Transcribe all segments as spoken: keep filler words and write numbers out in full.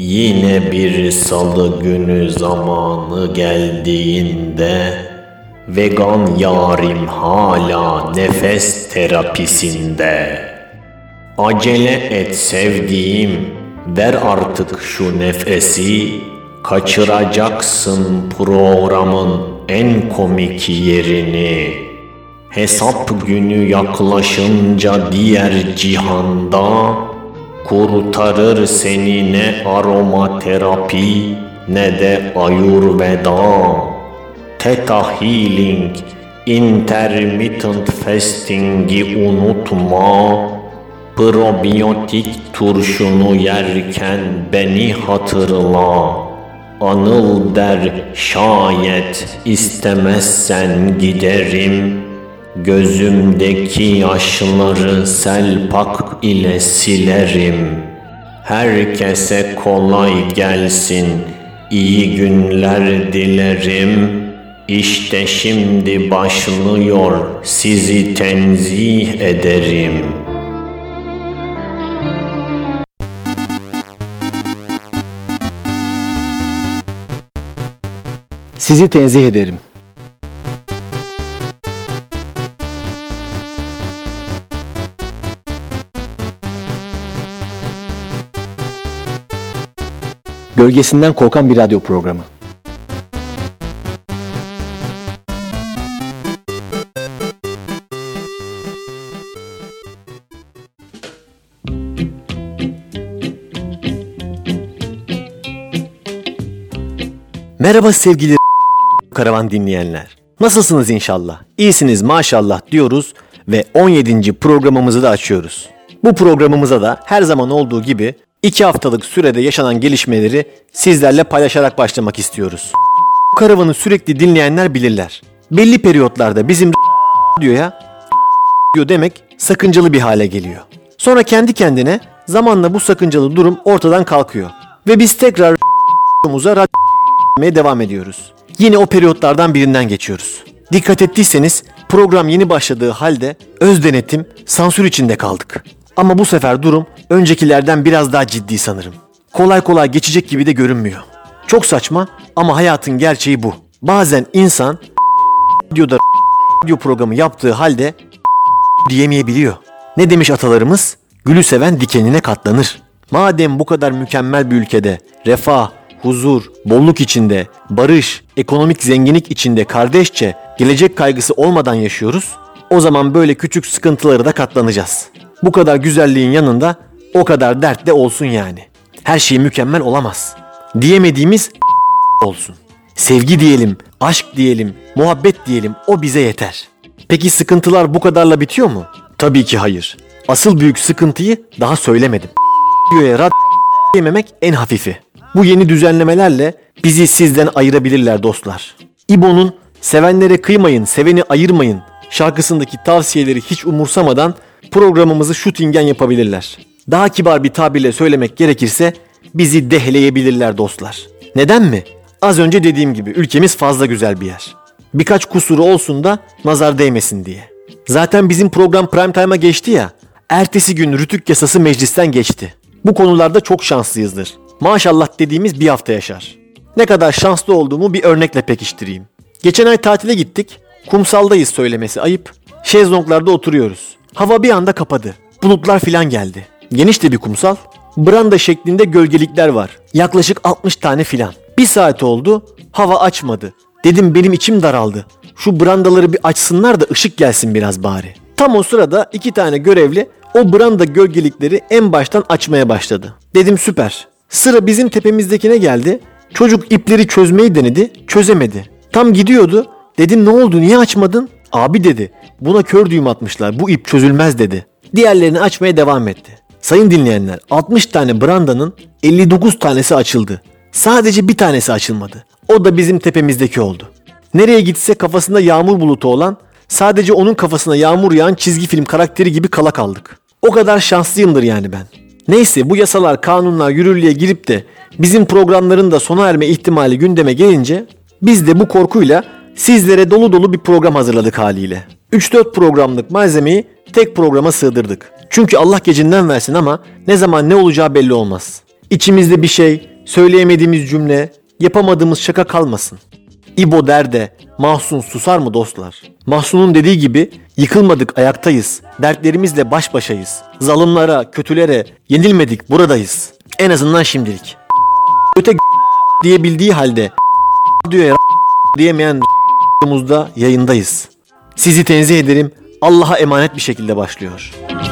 Yine bir salı günü zamanı geldiğinde vegan yarim hala nefes terapisinde. Acele et sevdiğim, ver artık şu nefesi, kaçıracaksın programın en komik yerini. Hesap günü yaklaşınca diğer cihanda, kurtarır seni ne aromaterapi ne de ayurveda. Theta Healing, intermittent fasting'i unutma. Probiyotik turşunu yerken beni hatırla. Anıl der şayet istemezsen giderim. Gözümdeki yaşları selpak ile silerim. Herkese kolay gelsin, iyi günler dilerim. İşte şimdi başlıyor, sizi tenzih ederim. Sizi tenzih ederim. Gölgesinden korkan bir radyo programı. Merhaba sevgili karavan dinleyenler. Nasılsınız inşallah? İyisiniz maşallah diyoruz ve on yedinci programımızı da açıyoruz. Bu programımıza da her zaman olduğu gibi iki haftalık sürede yaşanan gelişmeleri sizlerle paylaşarak başlamak istiyoruz. Karavanı sürekli dinleyenler bilirler. Belli periyotlarda bizim diyor diyor demek sakıncalı bir hale geliyor. Sonra kendi kendine zamanla bu sakıncalı durum ortadan kalkıyor. Ve biz tekrar radyoya devam ediyoruz. Yine o periyotlardan birinden geçiyoruz. Dikkat ettiyseniz program yeni başladığı halde öz denetim, sansür içinde kaldık. Ama bu sefer durum öncekilerden biraz daha ciddi sanırım. Kolay kolay geçecek gibi de görünmüyor. Çok saçma ama hayatın gerçeği bu. Bazen insan radyoda radyo programı yaptığı halde diyemeyebiliyor. Ne demiş atalarımız? Gülü seven dikenine katlanır. Madem bu kadar mükemmel bir ülkede refah, huzur, bolluk içinde, barış, ekonomik zenginlik içinde kardeşçe, gelecek kaygısı olmadan yaşıyoruz, o zaman böyle küçük sıkıntıları da katlanacağız. Bu kadar güzelliğin yanında o kadar dert de olsun yani. Her şey mükemmel olamaz. Diyemediğimiz olsun. Sevgi diyelim, aşk diyelim, muhabbet diyelim, o bize yeter. Peki sıkıntılar bu kadarla bitiyor mu? Tabii ki hayır. Asıl büyük sıkıntıyı daha söylemedim. Radyoya yememek en hafifi. Bu yeni düzenlemelerle bizi sizden ayırabilirler dostlar. İbo'nun "Sevenlere kıymayın, seveni ayırmayın" şarkısındaki tavsiyeleri hiç umursamadan programımızı şutingen yapabilirler. Daha kibar bir tabirle söylemek gerekirse bizi dehleyebilirler dostlar. Neden mi? Az önce dediğim gibi ülkemiz fazla güzel bir yer. Birkaç kusuru olsun da nazar değmesin diye. Zaten bizim program prime time'a geçti ya, ertesi gün rütük yasası meclisten geçti. Bu konularda çok şanslıyızdır. Maşallah dediğimiz bir hafta yaşar. Ne kadar şanslı olduğumu bir örnekle pekiştireyim. Geçen ay tatile gittik. Kumsaldayız söylemesi ayıp. Şezlonglarda oturuyoruz. Hava bir anda kapadı. Bulutlar filan geldi. Geniş de bir kumsal. Branda şeklinde gölgelikler var. Yaklaşık altmış tane filan. Bir saat oldu. Hava açmadı. Dedim benim içim daraldı. Şu brandaları bir açsınlar da ışık gelsin biraz bari. Tam o sırada iki tane görevli o branda gölgelikleri en baştan açmaya başladı. Dedim süper. Sıra bizim tepemizdekine geldi. Çocuk ipleri çözmeyi denedi. Çözemedi. Tam gidiyordu. Dedim ne oldu niye açmadın? Abi dedi. Buna kör düğüm atmışlar. Bu ip çözülmez dedi. Diğerlerini açmaya devam etti. Sayın dinleyenler, altmış tane brandanın elli dokuz tanesi açıldı. Sadece bir tanesi açılmadı. O da bizim tepemizdeki oldu. Nereye gitse kafasında yağmur bulutu olan, sadece onun kafasına yağmur yağan çizgi film karakteri gibi kala kaldık. O kadar şanslıyımdır yani ben. Neyse bu yasalar, kanunlar yürürlüğe girip de bizim programların da sona erme ihtimali gündeme gelince biz de bu korkuyla sizlere dolu dolu bir program hazırladık haliyle. üç dört programlık malzemeyi tek programa sığdırdık. Çünkü Allah gecinden versin ama ne zaman ne olacağı belli olmaz. İçimizde bir şey, söyleyemediğimiz cümle, yapamadığımız şaka kalmasın. İbo der de Mahsun susar mı dostlar? Mahsun'un dediği gibi yıkılmadık ayaktayız. Dertlerimizle baş başayız. Zalimlere, kötülere yenilmedik buradayız. En azından şimdilik. Öte diyebildiği halde diyor ya diyemeyen da yayındayız. Sizi tenzih ederim. Allah'a emanet bir şekilde başlıyor.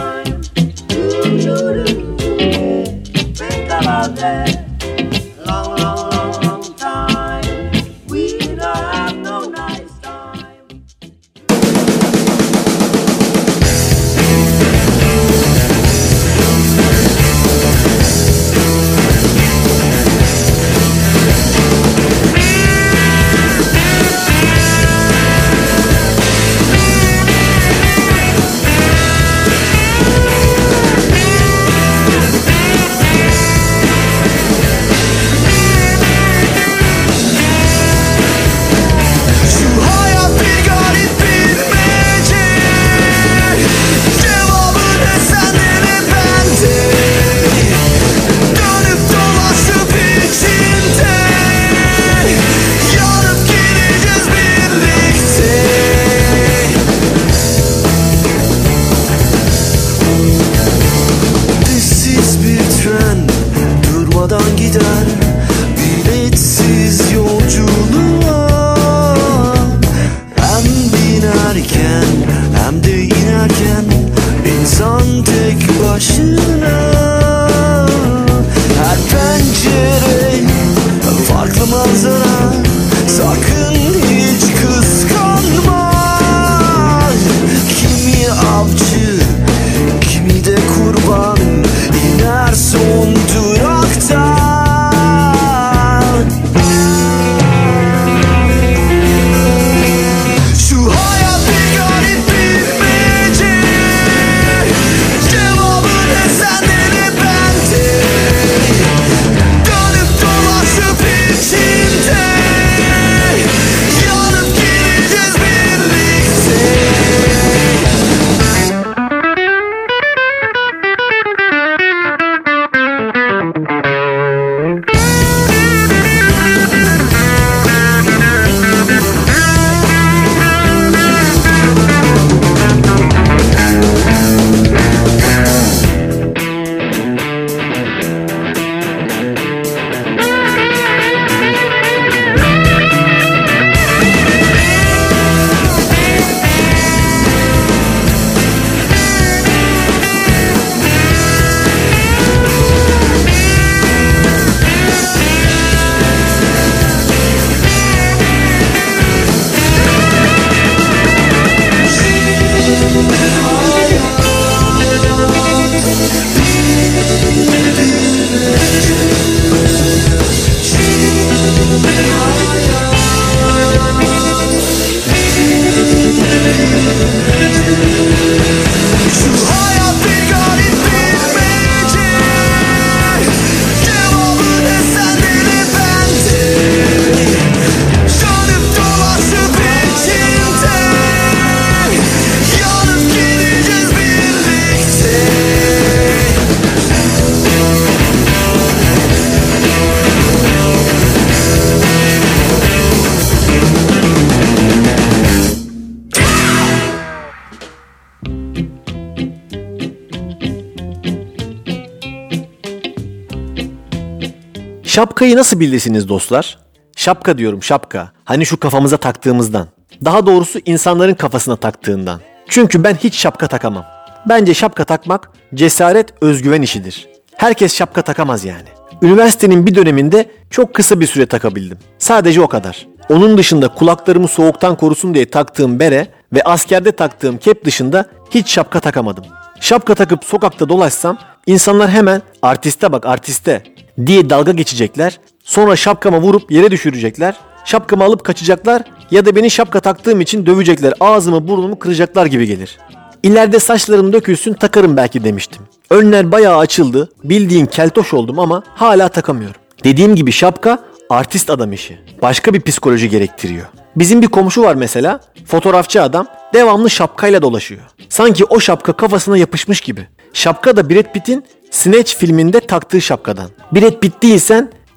Şapkayı nasıl bilirsiniz dostlar? Şapka diyorum, şapka. Hani şu kafamıza taktığımızdan. Daha doğrusu insanların kafasına taktığından. Çünkü ben hiç şapka takamam. Bence şapka takmak cesaret, özgüven işidir. Herkes şapka takamaz yani. Üniversitenin bir döneminde çok kısa bir süre takabildim. Sadece o kadar. Onun dışında kulaklarımı soğuktan korusun diye taktığım bere ve askerde taktığım kep dışında hiç şapka takamadım. Şapka takıp sokakta dolaşsam insanlar hemen "artiste bak artiste" diye dalga geçecekler. Sonra şapkama vurup yere düşürecekler. Şapkamı alıp kaçacaklar ya da beni şapka taktığım için dövecekler. Ağzımı burnumu kıracaklar gibi gelir. İleride saçlarım dökülsün takarım belki demiştim. Önler bayağı açıldı. Bildiğin keltoş oldum ama hala takamıyorum. Dediğim gibi şapka artist adam işi. Başka bir psikoloji gerektiriyor. Bizim bir komşu var mesela. Fotoğrafçı adam. Devamlı şapkayla dolaşıyor. Sanki o şapka kafasına yapışmış gibi. Şapka da Brad Pitt'in Snatch filminde taktığı şapkadan. Brad Pitt değilsen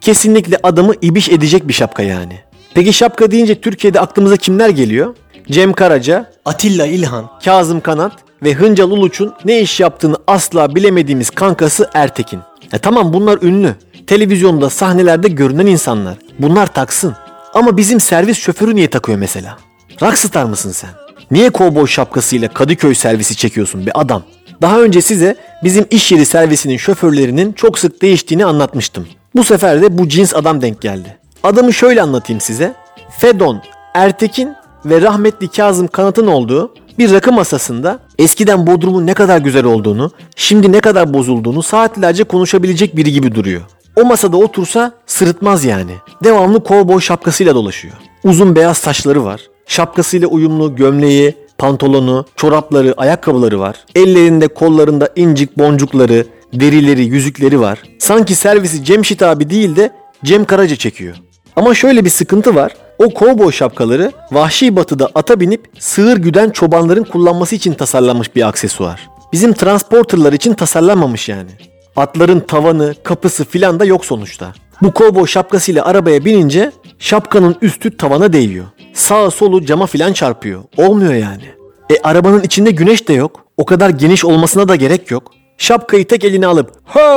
Kesinlikle adamı ibiş edecek bir şapka yani. Peki şapka deyince Türkiye'de aklımıza kimler geliyor? Cem Karaca, Atilla İlhan, Kazım Kanat ve Hıncal Uluç'un ne iş yaptığını asla bilemediğimiz kankası Ertekin. E tamam, bunlar ünlü. Televizyonda, sahnelerde görünen insanlar. Bunlar taksın. Ama bizim servis şoförü niye takıyor mesela? Rockstar mısın sen? Niye kovboy şapkasıyla Kadıköy servisi çekiyorsun be adam? Daha önce size bizim iş yeri servisinin şoförlerinin çok sık değiştiğini anlatmıştım. Bu sefer de bu cins adam denk geldi. Adamı şöyle anlatayım size. Fedon, Ertekin ve rahmetli Kazım Kanat'ın olduğu bir rakı masasında eskiden Bodrum'un ne kadar güzel olduğunu, şimdi ne kadar bozulduğunu saatlerce konuşabilecek biri gibi duruyor. O masada otursa sırıtmaz yani. Devamlı kovboy şapkasıyla dolaşıyor. Uzun beyaz saçları var. Şapkasıyla uyumlu gömleği, pantolonu, çorapları, ayakkabıları var. Ellerinde, kollarında incik boncukları, derileri, yüzükleri var. Sanki servisi Cemşit abi değil de Cem Karaca çekiyor. Ama şöyle bir sıkıntı var. O kovboy şapkaları Vahşi Batı'da ata binip sığır güden çobanların kullanması için tasarlanmış bir aksesuar. Bizim transporterlar için tasarlanmamış yani. Atların tavanı, kapısı filan da yok sonuçta. Bu kovboy şapkasıyla arabaya binince şapkanın üstü tavana değiyor. Sağı solu cama filan çarpıyor. Olmuyor yani. E arabanın içinde güneş de yok. O kadar geniş olmasına da gerek yok. Şapkayı tek eline alıp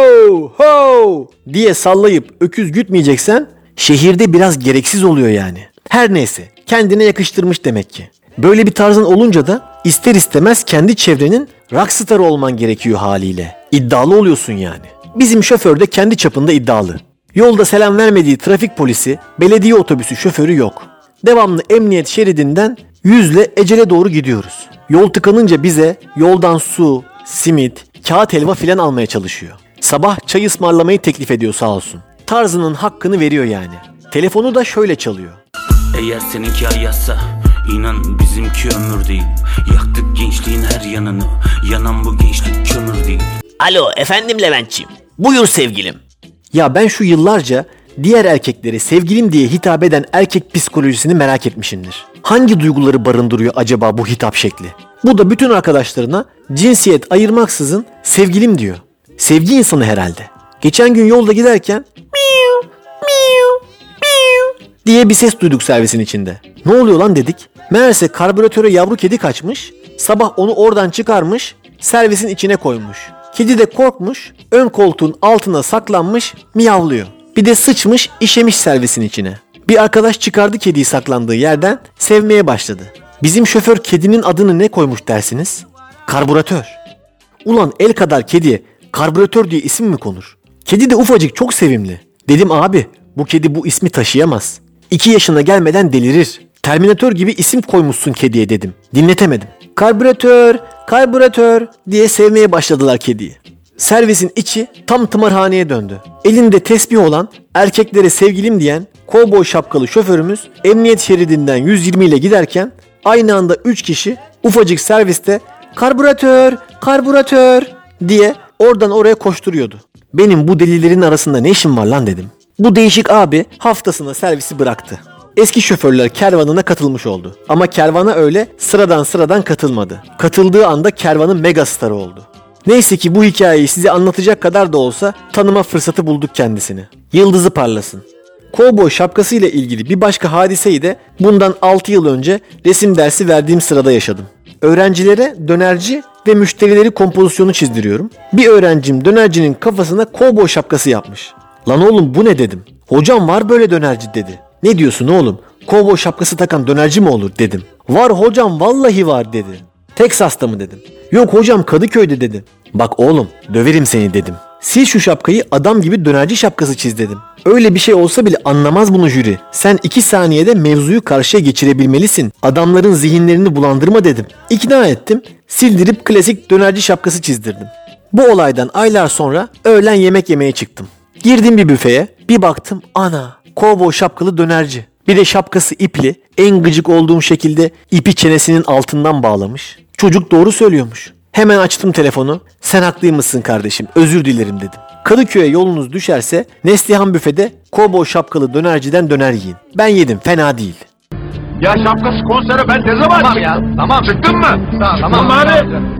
ho ho diye sallayıp öküz gütmeyeceksen şehirde biraz gereksiz oluyor yani. Her neyse, kendine yakıştırmış demek ki. Böyle bir tarzın olunca da ister istemez kendi çevrenin rockstar olman gerekiyor haliyle. İddialı oluyorsun yani. Bizim şoför de kendi çapında iddialı. Yolda selam vermediği trafik polisi, belediye otobüsü şoförü yok. Devamlı emniyet şeridinden yüzle ecele doğru gidiyoruz. Yol tıkanınca bize yoldan su, simit, kağıt helva filan almaya çalışıyor. Sabah çay ısmarlamayı teklif ediyor sağ olsun. Tarzının hakkını veriyor yani. Telefonu da şöyle çalıyor. Eğer seninki ayazsa inan bizimki ömür değil. Yaktık gençliğin her yanını, yanan bu gençlik kömür değil. Alo efendim Leventçiğim. Buyur sevgilim. Ya ben şu yıllarca diğer erkeklere sevgilim diye hitap eden erkek psikolojisini merak etmişimdir. Hangi duyguları barındırıyor acaba bu hitap şekli? Bu da bütün arkadaşlarına cinsiyet ayırmaksızın sevgilim diyor. Sevgi insanı herhalde. Geçen gün yolda giderken miu miu miu diye bir ses duyduk servisin içinde. Ne oluyor lan dedik. Meğerse karbüratöre yavru kedi kaçmış. Sabah onu oradan çıkarmış, servisin içine koymuş. Kedi de korkmuş, ön koltuğun altına saklanmış, miyavlıyor. Bir de sıçmış, işemiş servisin içine. Bir arkadaş çıkardı kediyi saklandığı yerden, sevmeye başladı. Bizim şoför kedinin adını ne koymuş dersiniz? Karbüratör. Ulan el kadar kediye karbüratör diye isim mi konur? Kedi de ufacık, çok sevimli. Dedim abi, bu kedi bu ismi taşıyamaz. İki yaşına gelmeden delirir. Terminatör gibi isim koymuşsun kediye dedim. Dinletemedim. Karbüratör, karbüratör diye sevmeye başladılar kediyi. Servisin içi tam tımarhaneye döndü. Elinde tesbih olan, erkeklere sevgilim diyen kovboy şapkalı şoförümüz emniyet şeridinden yüz yirmi ile giderken aynı anda üç kişi ufacık serviste karbüratör, karbüratör diye oradan oraya koşturuyordu. Benim bu delilerin arasında ne işim var lan dedim. Bu değişik abi haftasına servisi bıraktı. Eski şoförler kervanına katılmış oldu. Ama kervana öyle sıradan sıradan katılmadı. Katıldığı anda kervanın megastarı oldu. Neyse ki bu hikayeyi size anlatacak kadar da olsa tanıma fırsatı bulduk kendisini. Yıldızı parlasın. Kovboy şapkası ile ilgili bir başka hadiseyi de bundan altı yıl önce resim dersi verdiğim sırada yaşadım. Öğrencilere dönerci ve müşterileri kompozisyonu çizdiriyorum. Bir öğrencim dönercinin kafasına kovboy şapkası yapmış. Lan oğlum bu ne dedim. Hocam var böyle dönerci dedi. Ne diyorsun oğlum? Kovboy şapkası takan dönerci mi olur dedim. Var hocam vallahi var dedi. Teksas'ta mı dedim. Yok hocam Kadıköy'de dedi. Bak oğlum döverim seni dedim. Sil şu şapkayı adam gibi dönerci şapkası çiz dedim. Öyle bir şey olsa bile anlamaz bunu jüri. Sen iki saniyede mevzuyu karşıya geçirebilmelisin. Adamların zihinlerini bulandırma dedim. İkna ettim. Sildirip klasik dönerci şapkası çizdirdim. Bu olaydan aylar sonra öğlen yemek yemeye çıktım. Girdim bir büfeye. Bir baktım ana kovboy şapkalı dönerci. Bir de şapkası ipli. En gıcık olduğum şekilde ipi çenesinin altından bağlamış. Çocuk doğru söylüyormuş. Hemen açtım telefonu. Sen haklıymışsın kardeşim, özür dilerim dedim. Kadıköy'e yolunuz düşerse Neslihan büfede kovboy şapkalı dönerciden döner yiyin. Ben yedim, fena değil. Ya şapkası konsere ben ne zaman Tamam çıktım? ya, tamam. Çıktın mı? Tamam, Çıktın mı tamam. abi?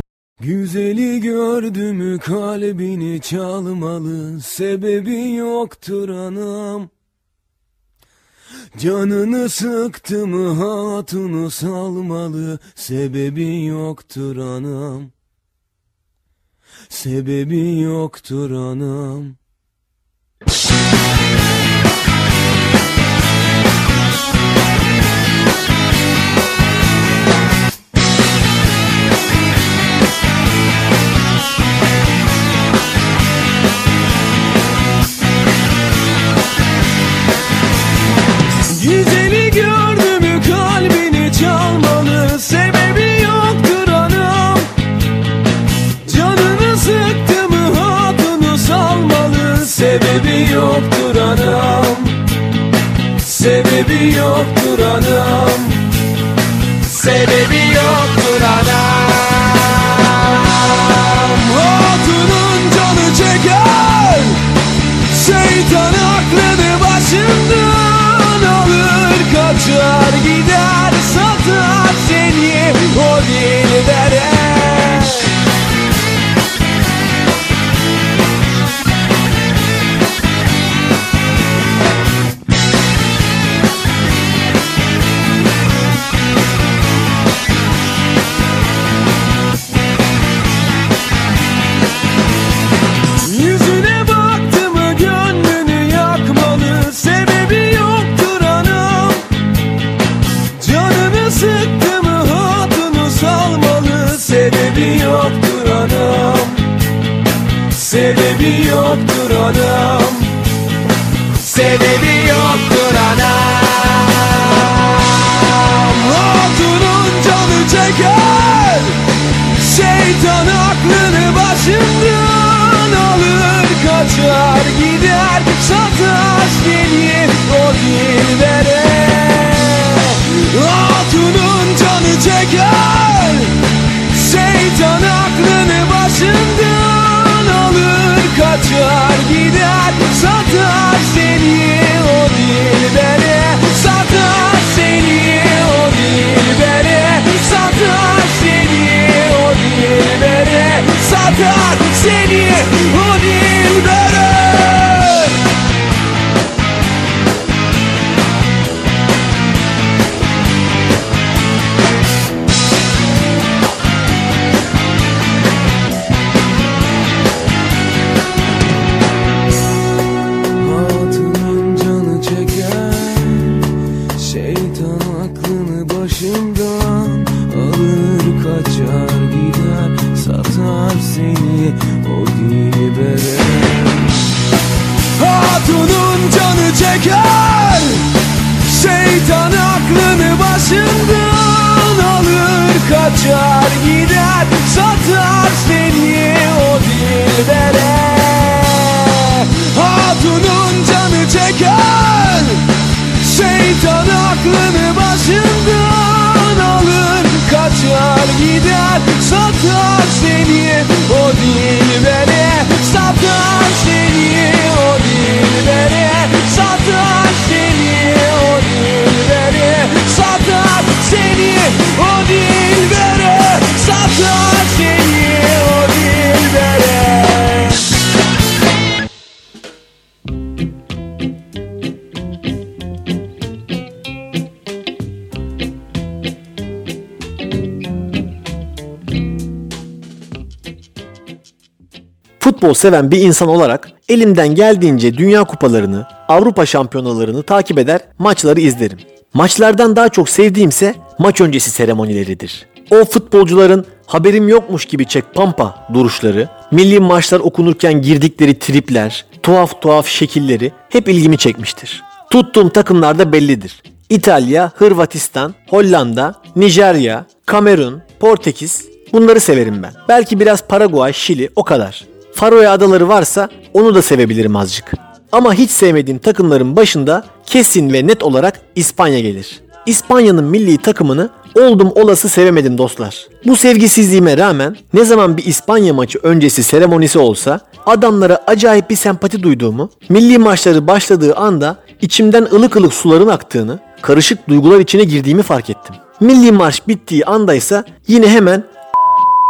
Güzeli gördü mü kalbini çalmalı, sebebi yoktur anam. Canını sıktı mı hatunu salmalı, sebebi yoktur anam. Sebebi yoktur anam. Güzeli gördü mü kalbini çalmalı, sebebi yoktur anam. Canını sıktı mı hatunu salmalı, sebebi yoktur anam. Sebebi yoktur anam. Sebebi yoktur anam. Hatunun canı çeker, şeytan aklını başından alır, kaçar gider satar seni o dillere. Yüzüne baktı mı gönlünü yakmalı, sebebi yoktur anam. Canını sıktı mı hatunu salmalı, sebebi yoktur anam. Sebebi yoktur anam. Sebebi yoktur anam. Hatunun canı çeker, şeytan aklını başından alır, kaçar gider satar seni o dillere. Hatunun canı çeker, şeytan aklını başından alır, kaçar gider satar seni o dillere. Satar seni o dillere. Satar seni o dillere. Satar seni o dillere. Hatunun canı çeker, şeytan aklını başından alır, kaçar gider satar seni o dillere. Hatunun canı çeker, şeytan aklını başından alır, kaçar gider satar seni o dillere. Hatunun canı çeker, şeytan aklını başından alır, kaçar gider satar seni o dillere. Satar seni o dillere. Satar seni o dillere. Satar seni o dillere. Satar seni o dillere. Futbol seven bir insan olarak elimden geldiğince Dünya Kupalarını, Avrupa Şampiyonalarını takip eder, maçları izlerim. Maçlardan daha çok sevdiğimse maç öncesi seremonileridir. O futbolcuların haberim yokmuş gibi çek pampa duruşları, milli maçlar okunurken girdikleri tripler, tuhaf tuhaf şekilleri hep ilgimi çekmiştir. Tuttuğum takımlar da bellidir. İtalya, Hırvatistan, Hollanda, Nijerya, Kamerun, Portekiz, bunları severim ben. Belki biraz Paraguay, Şili, o kadar. Faroe Adaları varsa onu da sevebilirim azıcık. Ama hiç sevmediğim takımların başında kesin ve net olarak İspanya gelir. İspanya'nın milli takımını oldum olası sevemedim dostlar. Bu sevgisizliğime rağmen ne zaman bir İspanya maçı öncesi seremonisi olsa adamlara acayip bir sempati duyduğumu, milli maçları başladığı anda içimden ılık ılık suların aktığını, karışık duygular içine girdiğimi fark ettim. Milli marş bittiği andaysa yine hemen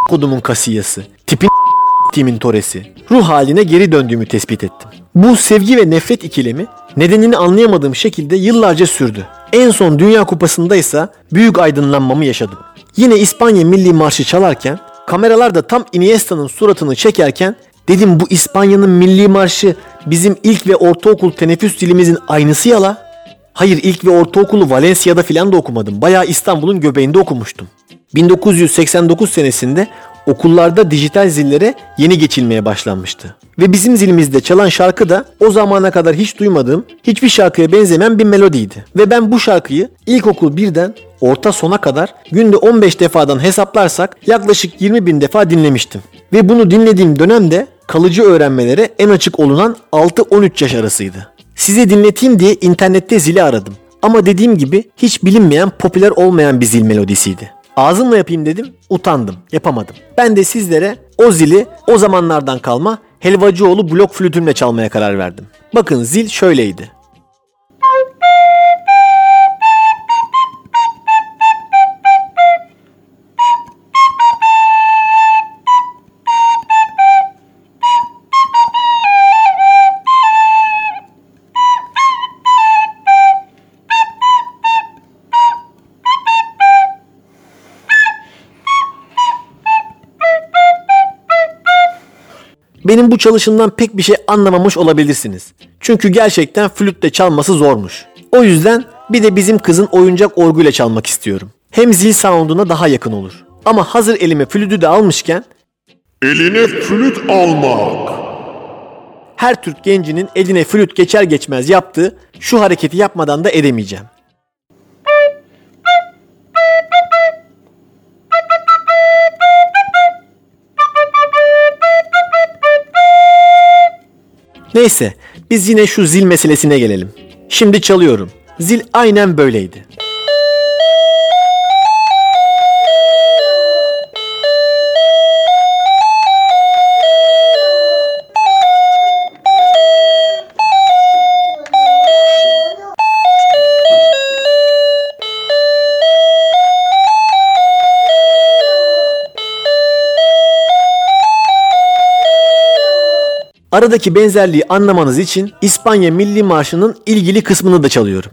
kodumun kasiyası, tipin timin toresi, ruh haline geri döndüğümü tespit ettim. Bu sevgi ve nefret ikilemi nedenini anlayamadığım şekilde yıllarca sürdü. En son Dünya Kupası'nda ise büyük aydınlanmamı yaşadım. Yine İspanya Milli Marşı çalarken, kameralar da tam Iniesta'nın suratını çekerken dedim bu İspanya'nın Milli Marşı bizim ilk ve ortaokul teneffüs dilimizin aynısı ya la. Hayır, ilk ve ortaokulu Valencia'da filan da okumadım. Bayağı İstanbul'un göbeğinde okumuştum. bin dokuz yüz seksen dokuz senesinde okullarda dijital zillere yeni geçilmeye başlanmıştı. Ve bizim zilimizde çalan şarkı da o zamana kadar hiç duymadığım, hiçbir şarkıya benzemeyen bir melodiydi. Ve ben bu şarkıyı ilkokul birden orta sona kadar günde on beş defadan hesaplarsak yaklaşık yirmi bin defa dinlemiştim. Ve bunu dinlediğim dönemde kalıcı öğrenmelere en açık olunan altı on üç yaş arasıydı. Size dinleteyim diye internette zili aradım. Ama dediğim gibi hiç bilinmeyen, popüler olmayan bir zil melodisiydi. Ağzımla yapayım dedim, utandım, yapamadım. Ben de sizlere o zili o zamanlardan kalma Helvacıoğlu blok flütümle çalmaya karar verdim. Bakın zil şöyleydi. Benim bu çalışımdan pek bir şey anlamamış olabilirsiniz. Çünkü gerçekten flütle çalması zormuş. O yüzden bir de bizim kızın oyuncak orguyla çalmak istiyorum. Hem zil sound'una daha yakın olur. Ama hazır elime flütü de almışken... Eline flüt almak. Her Türk gencinin eline flüt geçer geçmez yaptığı şu hareketi yapmadan da edemeyeceğim. Neyse, biz yine şu zil meselesine gelelim. Şimdi çalıyorum. Zil aynen böyleydi. Aradaki benzerliği anlamanız için İspanya Milli Marşı'nın ilgili kısmını da çalıyorum.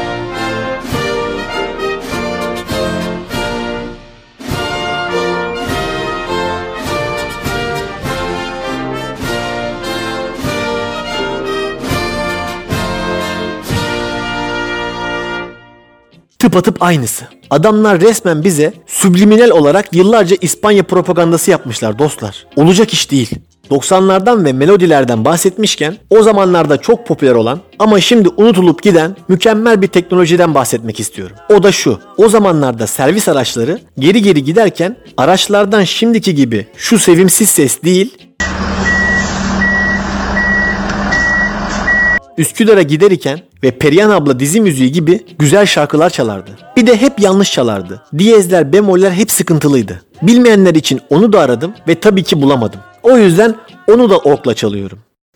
Tıpatıp aynısı. Adamlar resmen bize subliminal olarak yıllarca İspanya propagandası yapmışlar dostlar. Olacak iş değil. doksanlardan ve melodilerden bahsetmişken o zamanlarda çok popüler olan ama şimdi unutulup giden mükemmel bir teknolojiden bahsetmek istiyorum. O da şu: o zamanlarda servis araçları geri geri giderken araçlardan şimdiki gibi şu sevimsiz ses değil, Üsküdar'a giderken ve Perihan abla dizi müziği gibi güzel şarkılar çalardı. Bir de hep yanlış çalardı. Diyezler, bemoller hep sıkıntılıydı. Bilmeyenler için onu da aradım ve tabii ki bulamadım. O yüzden onu da orkla çalıyorum.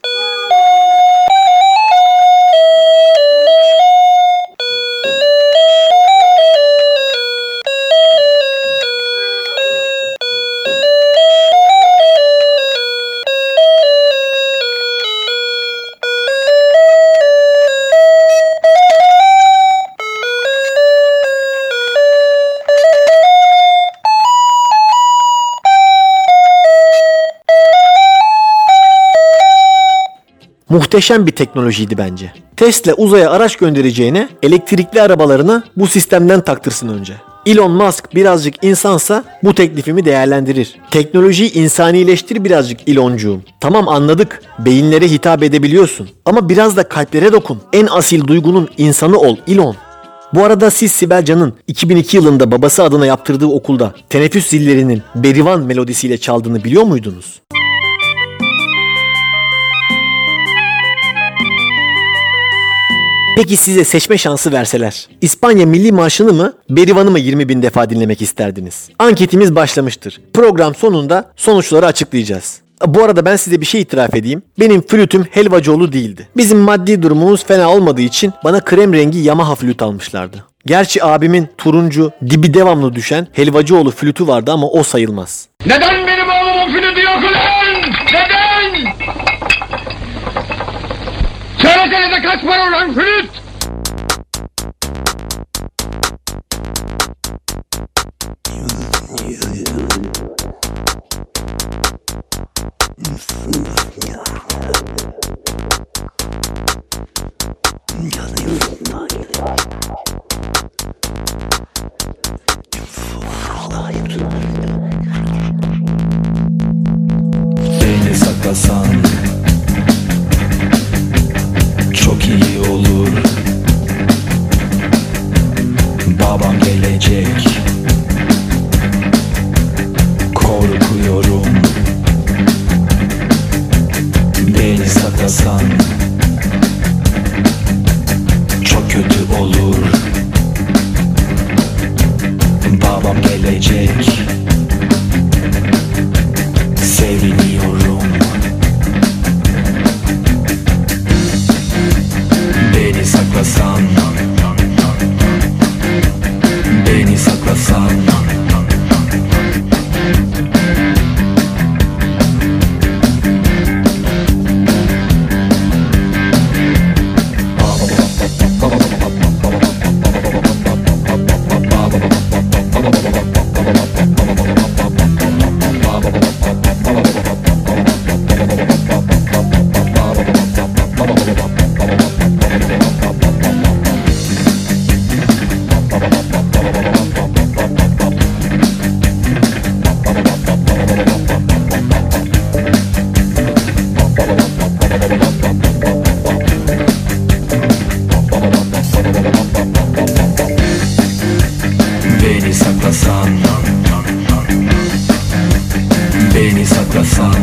Muhteşem bir teknolojiydi bence. Tesla uzaya araç göndereceğine elektrikli arabalarına bu sistemden taktırsın önce. Elon Musk birazcık insansa bu teklifimi değerlendirir. Teknolojiyi insanileştir birazcık Eloncuğum. Tamam, anladık. Beyinlere hitap edebiliyorsun. Ama biraz da kalplere dokun. En asil duygunun insanı ol Elon. Bu arada siz Sibel Can'ın iki bin iki yılında babası adına yaptırdığı okulda teneffüs zillerinin Berivan melodisiyle çaldığını biliyor muydunuz? Peki size seçme şansı verseler, İspanya Milli Marşı'nı mı, Berivan'ı mı yirmi bin defa dinlemek isterdiniz? Anketimiz başlamıştır. Program sonunda sonuçları açıklayacağız. Bu arada ben size bir şey itiraf edeyim. Benim flütüm Helvacıoğlu değildi. Bizim maddi durumumuz fena olmadığı için bana krem rengi Yamaha flüt almışlardı. Gerçi abimin turuncu, dibi devamlı düşen Helvacıoğlu flütü vardı ama o sayılmaz. Neden benim oğlumun flütü yok ulan? Neden? Söylesene de kaç para ulan flüt? Beni saklasan çok iyi olur. Babam gelecek, korkuyorum. Beni saklasan çok kötü olur. Babam gelecek, seviniyorum. Beni saklasan, beni saklasan. Beni saklasan, beni saklasan.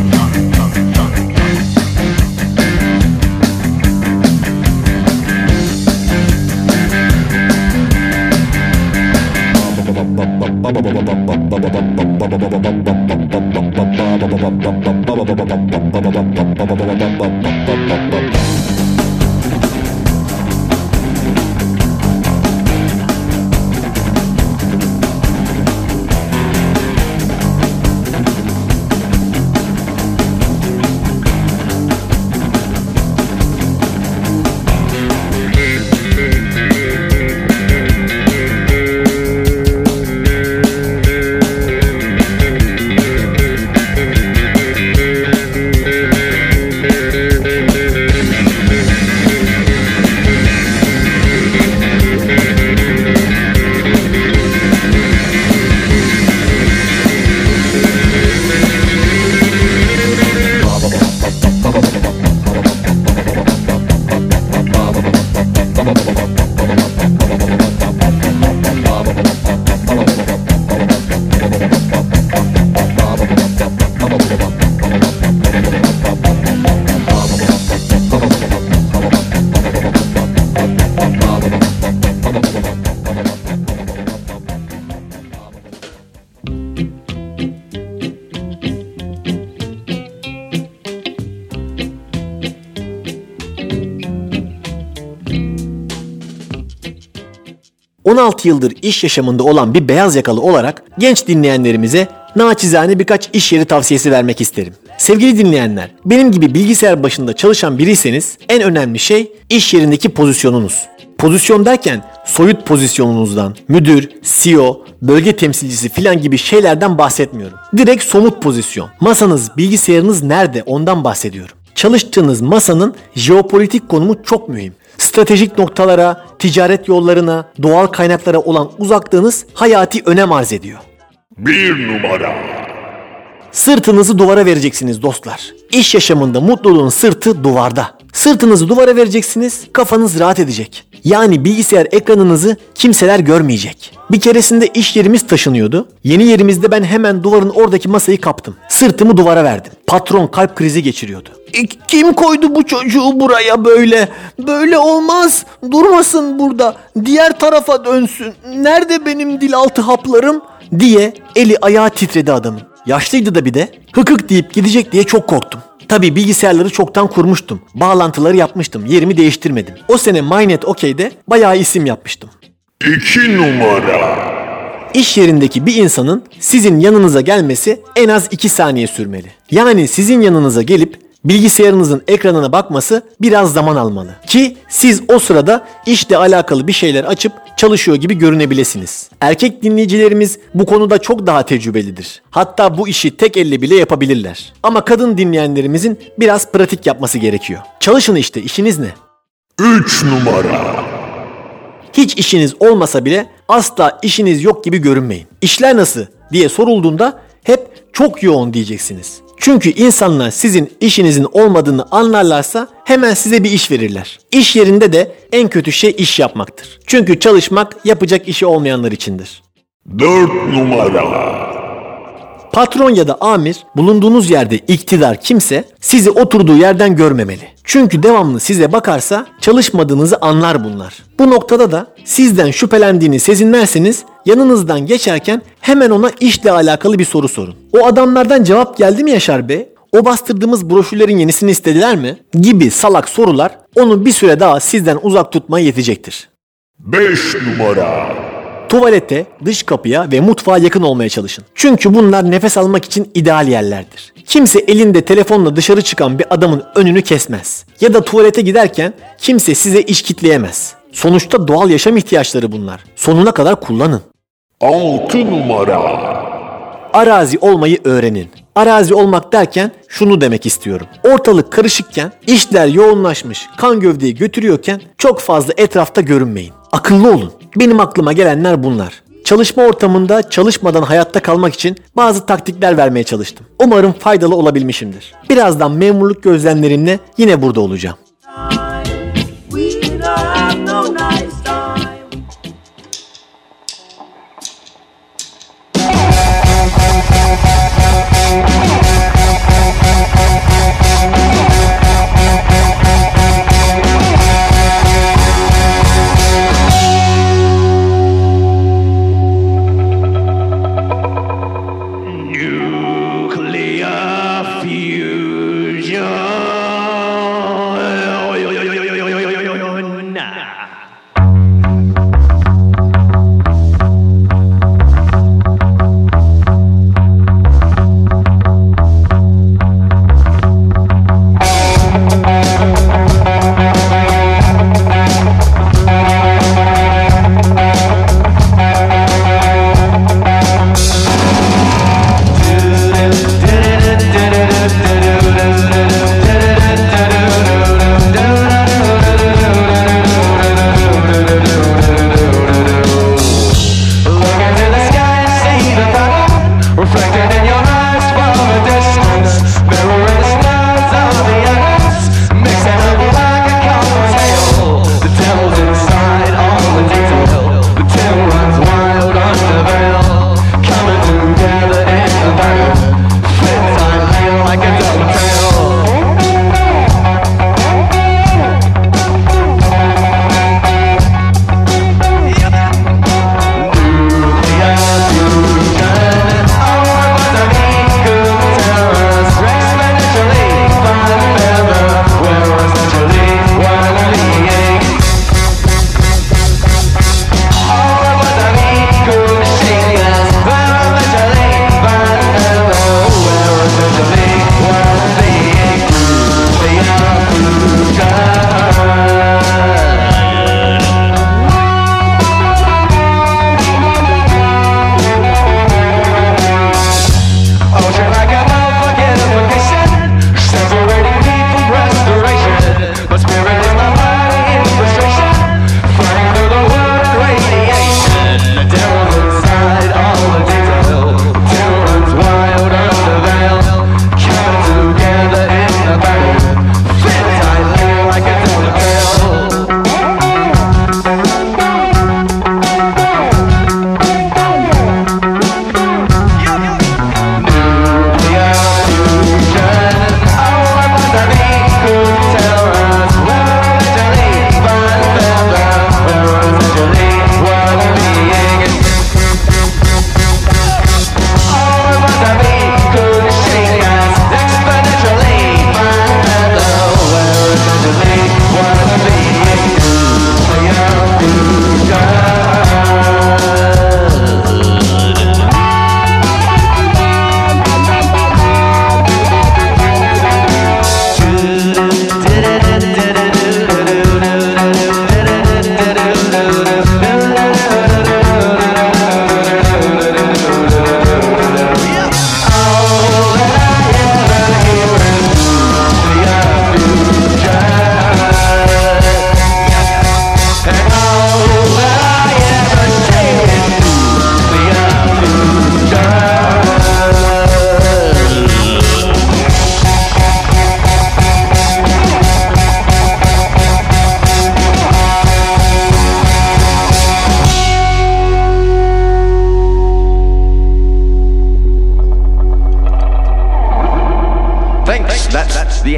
on altı yıldır iş yaşamında olan bir beyaz yakalı olarak genç dinleyenlerimize naçizane birkaç iş yeri tavsiyesi vermek isterim. Sevgili dinleyenler, benim gibi bilgisayar başında çalışan biriyseniz en önemli şey iş yerindeki pozisyonunuz. Pozisyon derken soyut pozisyonunuzdan, müdür, C E O, bölge temsilcisi filan gibi şeylerden bahsetmiyorum. Direkt somut pozisyon. Masanız, bilgisayarınız nerede ondan bahsediyorum. Çalıştığınız masanın jeopolitik konumu çok mühim. Stratejik noktalara, ticaret yollarına, doğal kaynaklara olan uzaklığınız hayati önem arz ediyor. Bir numara. Sırtınızı duvara vereceksiniz dostlar. İş yaşamında mutluluğun sırtı duvarda. Sırtınızı duvara vereceksiniz, kafanız rahat edecek. Yani bilgisayar ekranınızı kimseler görmeyecek. Bir keresinde iş yerimiz taşınıyordu. Yeni yerimizde ben hemen duvarın oradaki masayı kaptım. Sırtımı duvara verdim. Patron kalp krizi geçiriyordu. E, kim koydu bu çocuğu buraya böyle? Böyle olmaz. Durmasın burada. Diğer tarafa dönsün. Nerede benim dil altı haplarım? Diye eli ayağı titredi adamın. Yaşlıydı da bir de. Hıkık deyip gidecek diye çok korktum. Tabii bilgisayarları çoktan kurmuştum. Bağlantıları yapmıştım. Yerimi değiştirmedim. O sene MyNet OK'de bayağı isim yapmıştım. İki numara. İş yerindeki bir insanın sizin yanınıza gelmesi en az iki saniye sürmeli. Yani sizin yanınıza gelip bilgisayarınızın ekranına bakması biraz zaman almalı. Ki siz o sırada işle alakalı bir şeyler açıp çalışıyor gibi görünebilesiniz. Erkek dinleyicilerimiz bu konuda çok daha tecrübelidir. Hatta bu işi tek elle bile yapabilirler. Ama kadın dinleyenlerimizin biraz pratik yapması gerekiyor. Çalışın işte, işiniz ne? Üç numara. Hiç işiniz olmasa bile asla işiniz yok gibi görünmeyin. İşler nasıl diye sorulduğunda hep çok yoğun diyeceksiniz. Çünkü insanlar sizin işinizin olmadığını anlarlarsa hemen size bir iş verirler. İş yerinde de en kötü şey iş yapmaktır. Çünkü çalışmak yapacak işi olmayanlar içindir. Dört numara. Patron ya da amir, bulunduğunuz yerde iktidar kimse sizi oturduğu yerden görmemeli. Çünkü devamlı size bakarsa çalışmadığınızı anlar bunlar. Bu noktada da sizden şüphelendiğini sezinlerseniz yanınızdan geçerken hemen ona işle alakalı bir soru sorun. O adamlardan cevap geldi mi Yaşar Bey? O bastırdığımız broşürlerin yenisini istediler mi? Gibi salak sorular onu bir süre daha sizden uzak tutmaya yetecektir. Beş numara. Tuvalete, dış kapıya ve mutfağa yakın olmaya çalışın. Çünkü bunlar nefes almak için ideal yerlerdir. Kimse elinde telefonla dışarı çıkan bir adamın önünü kesmez. Ya da tuvalete giderken kimse size iş kitleyemez. Sonuçta doğal yaşam ihtiyaçları bunlar. Sonuna kadar kullanın. Altı numara. Arazi olmayı öğrenin. Arazi olmak derken şunu demek istiyorum. Ortalık karışıkken, işler yoğunlaşmış, kan gövdeyi götürüyorken çok fazla etrafta görünmeyin. Akıllı olun. Benim aklıma gelenler bunlar. Çalışma ortamında çalışmadan hayatta kalmak için bazı taktikler vermeye çalıştım. Umarım faydalı olabilmişimdir. Birazdan memurluk gözlemlerimle yine burada olacağım.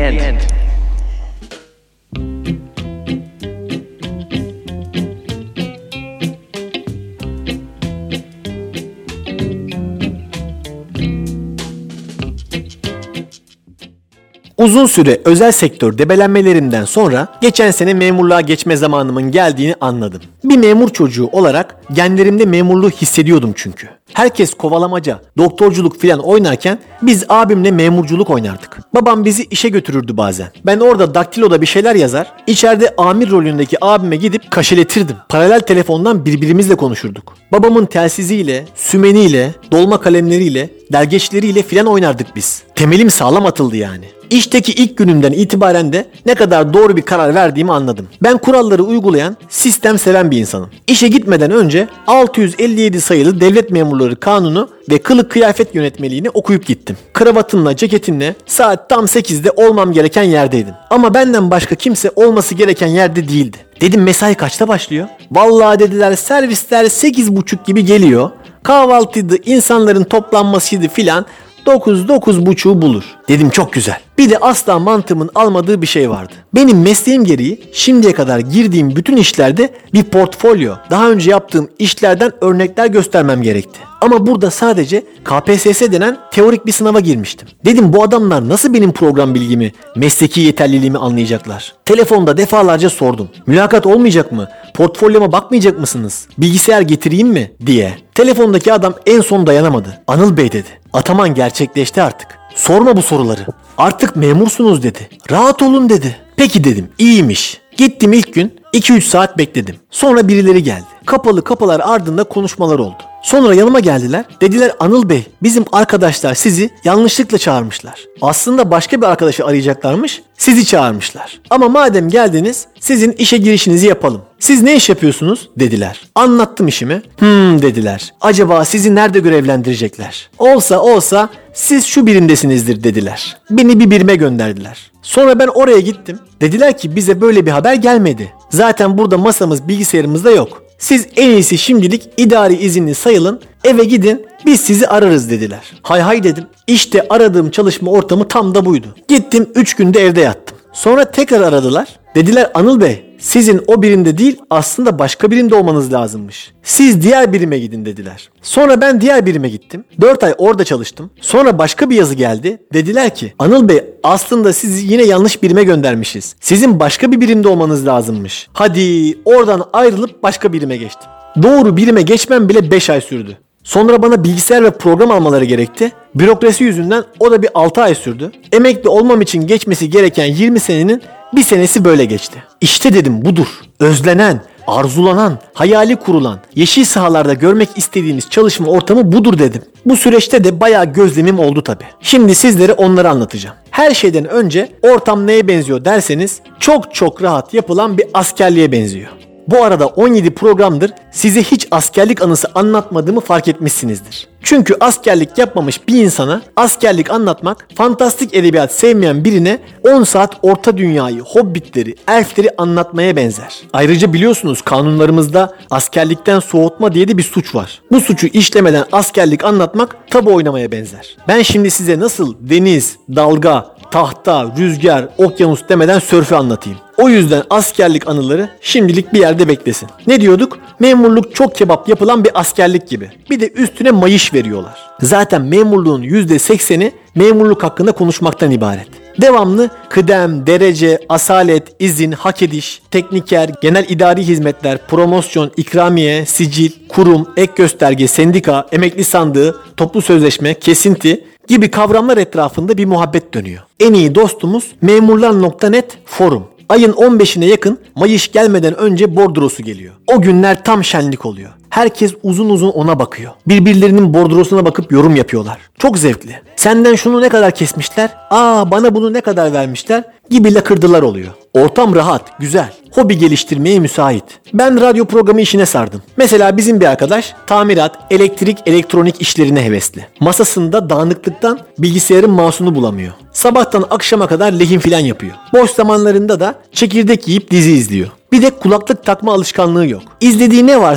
end. Uzun süre özel sektör debelenmelerinden sonra geçen sene memurluğa geçme zamanımın geldiğini anladım. Bir memur çocuğu olarak genlerimde memurluğu hissediyordum çünkü. Herkes kovalamaca, doktorculuk filan oynarken biz abimle memurculuk oynardık. Babam bizi işe götürürdü bazen. Ben orada daktiloda bir şeyler yazar, içeride amir rolündeki abime gidip kaşeletirdim. Paralel telefondan birbirimizle konuşurduk. Babamın telsiziyle, sümeniyle, dolma kalemleriyle, dergeçleriyle filan oynardık biz. Temelim sağlam atıldı yani. İşteki ilk günümden itibaren de ne kadar doğru bir karar verdiğimi anladım. Ben kuralları uygulayan, sistem seven bir insanım. İşe gitmeden önce altı yüz elli yedi sayılı Devlet Memurları Kanunu ve Kılık Kıyafet Yönetmeliğini okuyup gittim. Kravatımla, ceketimle saat tam sekizde olmam gereken yerdeydim. Ama benden başka kimse olması gereken yerde değildi. Dedim mesai kaçta başlıyor? Vallahi dediler servisler sekiz buçuk gibi geliyor. Kahvaltıydı, insanların toplanmasıydı filan. dokuz dokuz buçuğu bulur. Dedim çok güzel. Bir de asla mantığımın almadığı bir şey vardı. Benim mesleğim gereği şimdiye kadar girdiğim bütün işlerde bir portfolyo, daha önce yaptığım işlerden örnekler göstermem gerekti. Ama burada sadece K P S S denen teorik bir sınava girmiştim. Dedim bu adamlar nasıl benim program bilgimi, mesleki yeterliliğimi anlayacaklar? Telefonda defalarca sordum. Mülakat olmayacak mı? Portfolyoma bakmayacak mısınız? Bilgisayar getireyim mi? diye. Telefondaki adam en son dayanamadı. Anıl Bey dedi. Ataman gerçekleşti artık. Sorma bu soruları. Artık memursunuz dedi. Rahat olun dedi. Peki dedim. İyiymiş. Gittim ilk gün iki üç saat bekledim. Sonra birileri geldi. Kapalı kapılar ardında konuşmalar oldu. Sonra yanıma geldiler. Dediler Anıl Bey bizim arkadaşlar sizi yanlışlıkla çağırmışlar. Aslında başka bir arkadaşı arayacaklarmış. Sizi çağırmışlar. Ama madem geldiniz sizin işe girişinizi yapalım. Siz ne iş yapıyorsunuz dediler. Anlattım işimi. Hmm dediler. Acaba sizi nerede görevlendirecekler? Olsa olsa siz şu birimdesinizdir dediler. Beni bir birime gönderdiler. Sonra ben oraya gittim. Dediler ki bize böyle bir haber gelmedi. Zaten burada masamız bilgisayarımız da yok. Siz en iyisi şimdilik idari izinli sayılın, eve gidin, biz sizi ararız dediler. Hay hay dedim. İşte aradığım çalışma ortamı tam da buydu. Gittim üç günde evde yattım. Sonra tekrar aradılar. Dediler Anıl Bey, sizin o birimde değil aslında başka birimde olmanız lazımmış. Siz diğer birime gidin dediler. Sonra ben diğer birime gittim. dört ay orada çalıştım. Sonra başka bir yazı geldi. Dediler ki Anıl Bey aslında sizi yine yanlış birime göndermişiz. Sizin başka bir birimde olmanız lazımmış. Hadi oradan ayrılıp başka birime geçtim. Doğru birime geçmem bile beş ay sürdü. Sonra bana bilgisayar ve program almaları gerekti. Bürokrasi yüzünden o da bir altı ay sürdü. Emekli olmam için geçmesi gereken yirmi senenin bir senesi böyle geçti. İşte dedim budur. Özlenen, arzulanan, hayali kurulan, yeşil sahalarda görmek istediğimiz çalışma ortamı budur dedim. Bu süreçte de bayağı gözlemim oldu tabii. Şimdi sizlere onları anlatacağım. Her şeyden önce ortam neye benziyor derseniz çok çok rahat yapılan bir askerliğe benziyor. Bu arada on yedi programdır size hiç askerlik anısı anlatmadığımı fark etmişsinizdir. Çünkü askerlik yapmamış bir insana askerlik anlatmak, fantastik edebiyat sevmeyen birine on saat orta dünyayı, hobbitleri, elfleri anlatmaya benzer. Ayrıca biliyorsunuz kanunlarımızda askerlikten soğutma diye de bir suç var. Bu suçu işlemeden askerlik anlatmak tabu oynamaya benzer. Ben şimdi size nasıl deniz, dalga, tahta, rüzgar, okyanus demeden sörfü anlatayım. O yüzden askerlik anıları şimdilik bir yerde beklesin. Ne diyorduk? Memurluk çok kebap yapılan bir askerlik gibi. Bir de üstüne mayış veriyorlar. Zaten memurluğun yüzde sekseni memurluk hakkında konuşmaktan ibaret. Devamlı kıdem, derece, asalet, izin, hak ediş, tekniker, genel idari hizmetler, promosyon, ikramiye, sicil, kurum, ek gösterge, sendika, emekli sandığı, toplu sözleşme, kesinti gibi kavramlar etrafında bir muhabbet dönüyor. En iyi dostumuz memurlar nokta net forum. Ayın on beşine yakın Mayış gelmeden önce bordrosu geliyor. O günler tam şenlik oluyor. Herkes uzun uzun ona bakıyor. Birbirlerinin bordrosuna bakıp yorum yapıyorlar. Çok zevkli. Senden şunu ne kadar kesmişler? Aa bana bunu ne kadar vermişler? Gibi lakırdılar oluyor. Ortam rahat, güzel. Hobi geliştirmeye müsait. Ben radyo programı işine sardım. Mesela bizim bir arkadaş tamirat, elektrik, elektronik işlerine hevesli. Masasında dağınıklıktan bilgisayarın mouse'unu bulamıyor. Sabahtan akşama kadar lehim filan yapıyor. Boş zamanlarında da çekirdek yiyip dizi izliyor. Bir de kulaklık takma alışkanlığı yok. İzlediği ne varsa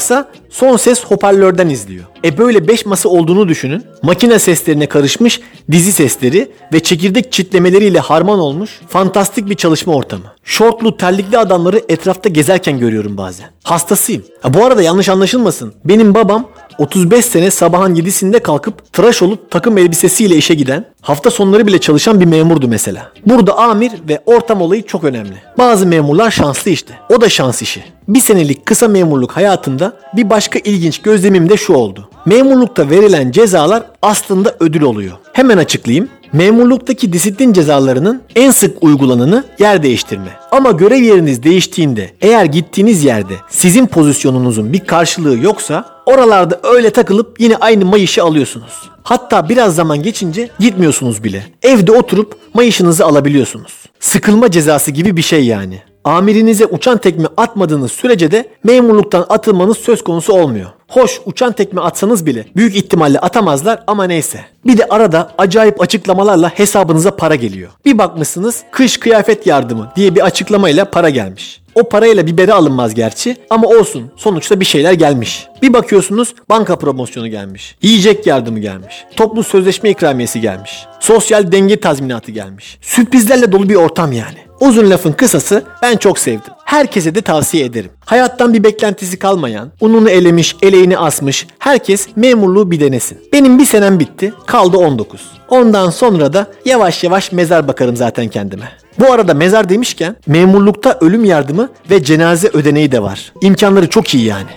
Son ses hoparlörden izliyor. E böyle beş masa olduğunu düşünün. Makine seslerine karışmış dizi sesleri ve çekirdek çitlemeleriyle harman olmuş fantastik bir çalışma ortamı. Şortlu, terlikli adamları etrafta gezerken görüyorum bazen. Hastasıyım. Ha, bu arada yanlış anlaşılmasın. Benim babam otuz beş sene sabahın yedisinde kalkıp tıraş olup takım elbisesiyle işe giden, hafta sonları bile çalışan bir memurdu mesela. Burada amir ve ortam olayı çok önemli. Bazı memurlar şanslı işte. O da şans işi. Bir senelik kısa memurluk hayatında bir başka ilginç gözlemim de şu oldu. Memurlukta verilen cezalar aslında ödül oluyor. Hemen açıklayayım. Memurluktaki disiplin cezalarının en sık uygulananı yer değiştirme. Ama görev yeriniz değiştiğinde eğer gittiğiniz yerde sizin pozisyonunuzun bir karşılığı yoksa oralarda öyle takılıp yine aynı mayışı alıyorsunuz. Hatta biraz zaman geçince gitmiyorsunuz bile. Evde oturup mayışınızı alabiliyorsunuz. Sıkılma cezası gibi bir şey yani. Amirinize uçan tekme atmadığınız sürece de memurluktan atılmanız söz konusu olmuyor. Hoş uçan tekme atsanız bile büyük ihtimalle atamazlar ama neyse. Bir de arada acayip açıklamalarla hesabınıza para geliyor. Bir bakmışsınız kış kıyafet yardımı diye bir açıklamayla para gelmiş. O parayla biberi alınmaz gerçi ama olsun sonuçta bir şeyler gelmiş. Bir bakıyorsunuz banka promosyonu gelmiş. Yiyecek yardımı gelmiş. Toplu sözleşme ikramiyesi gelmiş. Sosyal denge tazminatı gelmiş. Sürprizlerle dolu bir ortam yani. Uzun lafın kısası ben çok sevdim. Herkese de tavsiye ederim. Hayattan bir beklentisi kalmayan, ununu elemiş, eleğini asmış herkes memurluğu bir denesin. Benim bir senem bitti, kaldı on dokuz. Ondan sonra da yavaş yavaş mezar bakarım zaten kendime. Bu arada mezar demişken memurlukta ölüm yardımı ve cenaze ödeneği de var. İmkanları çok iyi yani.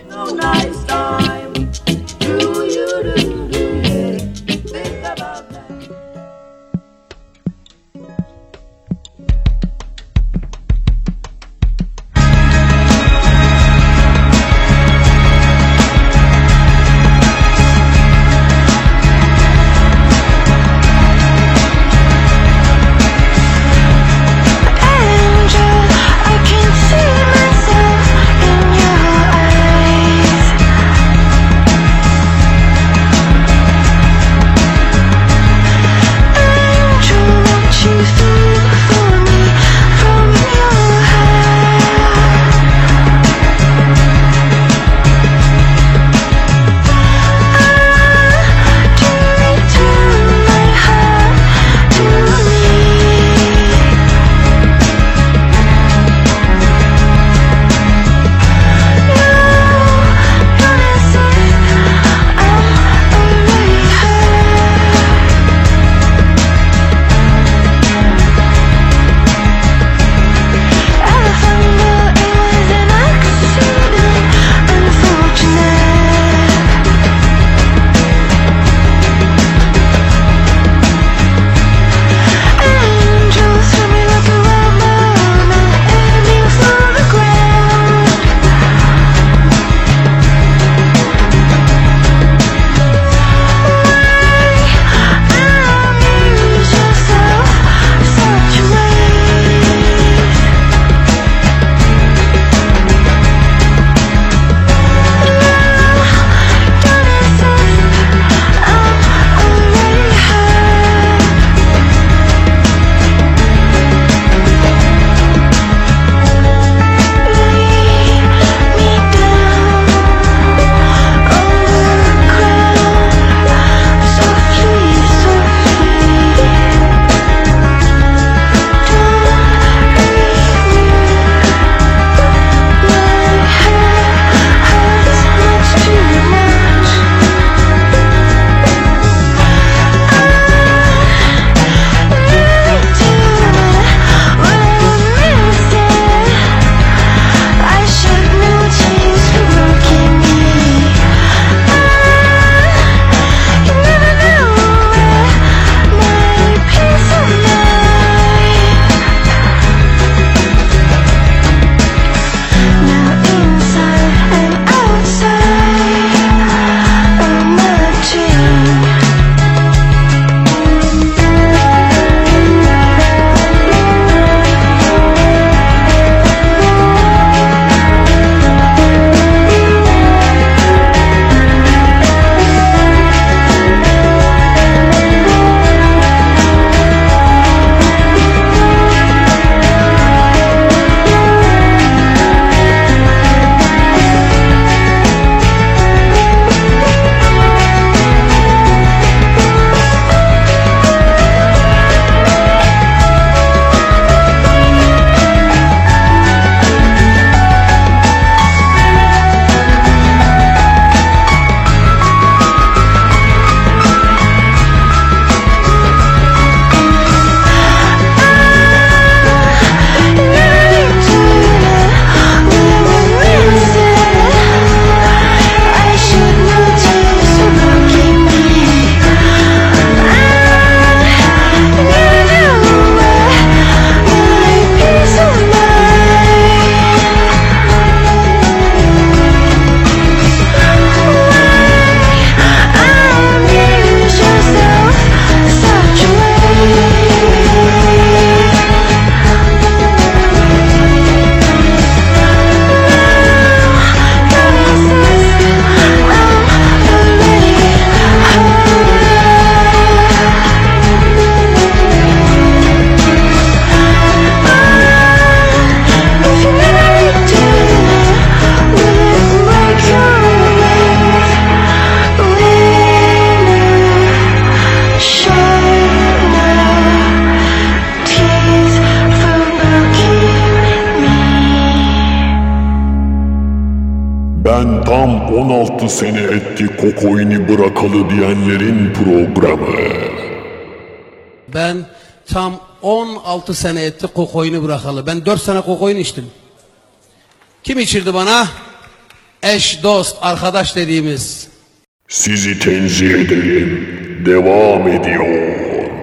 I can see myself in your eyes. Ben tam on altı sene etti kokaini bırakalı diyenlerin programı. Ben tam on altı sene etti kokaini bırakalı. Ben dört sene kokain içtim. Kim içirdi bana? Eş, dost, arkadaş dediğimiz. Sizi tenzih ederim. Devam ediyor.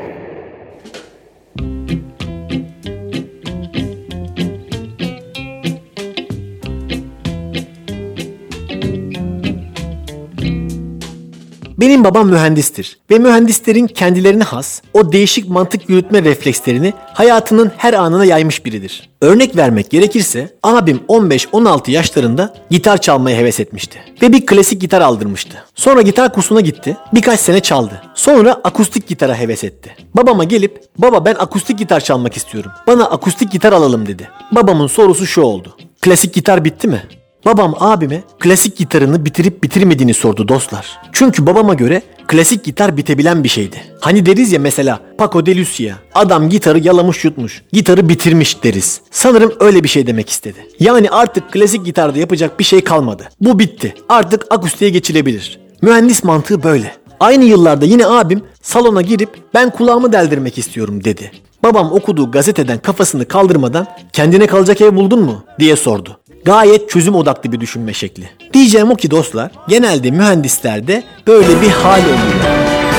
Benim babam mühendistir ve mühendislerin kendilerine has o değişik mantık yürütme reflekslerini hayatının her anına yaymış biridir. Örnek vermek gerekirse abim on beş on altı yaşlarında gitar çalmaya heves etmişti ve bir klasik gitar aldırmıştı. Sonra gitar kursuna gitti, birkaç sene çaldı. Sonra akustik gitara heves etti. Babama gelip baba ben akustik gitar çalmak istiyorum, bana akustik gitar alalım dedi. Babamın sorusu şu oldu: klasik gitar bitti mi? Babam abime klasik gitarını bitirip bitirmediğini sordu dostlar. Çünkü babama göre klasik gitar bitebilen bir şeydi. Hani deriz ya mesela Paco de Lucia, adam gitarı yalamış yutmuş, gitarı bitirmiş deriz. Sanırım öyle bir şey demek istedi. Yani artık klasik gitarda yapacak bir şey kalmadı. Bu bitti. Artık akustiğe geçilebilir. Mühendis mantığı böyle. Aynı yıllarda yine abim salona girip ben kulağımı deldirmek istiyorum dedi. Babam okuduğu gazeteden kafasını kaldırmadan kendine kalacak ev buldun mu diye sordu. Gayet çözüm odaklı bir düşünme şekli. Diyeceğim o ki dostlar, genelde mühendislerde böyle bir hal oluyor.